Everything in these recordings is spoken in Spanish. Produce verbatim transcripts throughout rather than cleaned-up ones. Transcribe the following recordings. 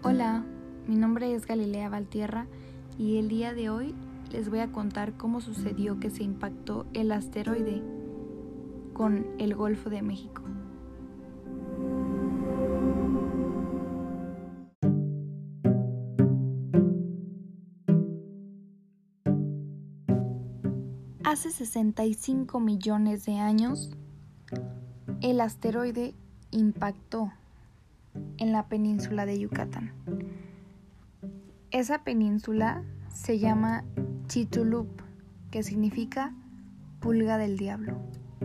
Hola, mi nombre es Galilea Valtierra y el día de hoy les voy a contar cómo sucedió que se impactó el asteroide con el Golfo de México. Hace sesenta y cinco millones de años, el asteroide impactó en la península de Yucatán. Esa península se llama Chicxulub, que significa pulga del diablo.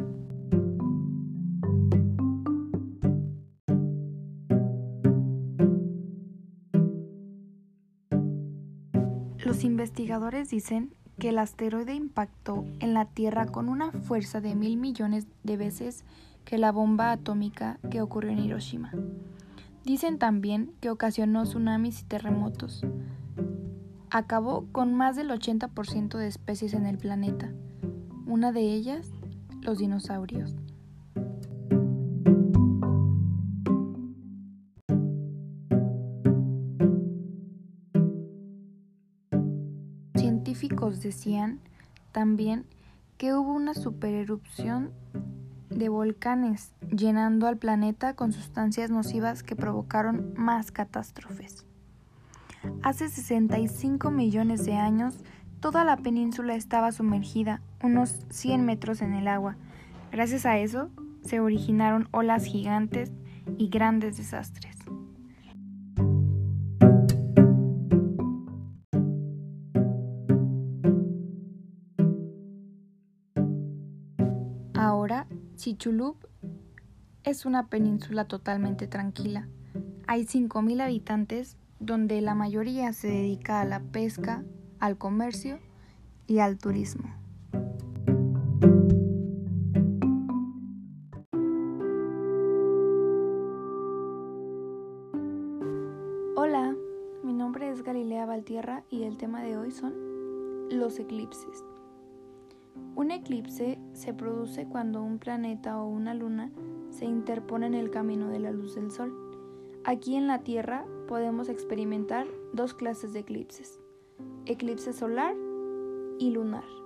Los investigadores dicen que el asteroide impactó en la Tierra con una fuerza de mil millones de veces que la bomba atómica que ocurrió en Hiroshima. Dicen también que ocasionó tsunamis y terremotos. Acabó con más del ochenta por ciento de especies en el planeta, una de ellas, los dinosaurios. Científicos decían también que hubo una supererupción de volcanes, llenando al planeta con sustancias nocivas que provocaron más catástrofes. Hace sesenta y cinco millones de años, toda la península estaba sumergida unos cien metros en el agua. Gracias a eso, se originaron olas gigantes y grandes desastres. Ahora, Chicxulub es una península totalmente tranquila. Hay cinco mil habitantes, donde la mayoría se dedica a la pesca, al comercio y al turismo. Hola, mi nombre es Galilea Valtierra y el tema de hoy son los eclipses. Un eclipse se produce cuando un planeta o una luna se interpone en el camino de la luz del sol. Aquí en la Tierra podemos experimentar dos clases de eclipses: eclipse solar y lunar.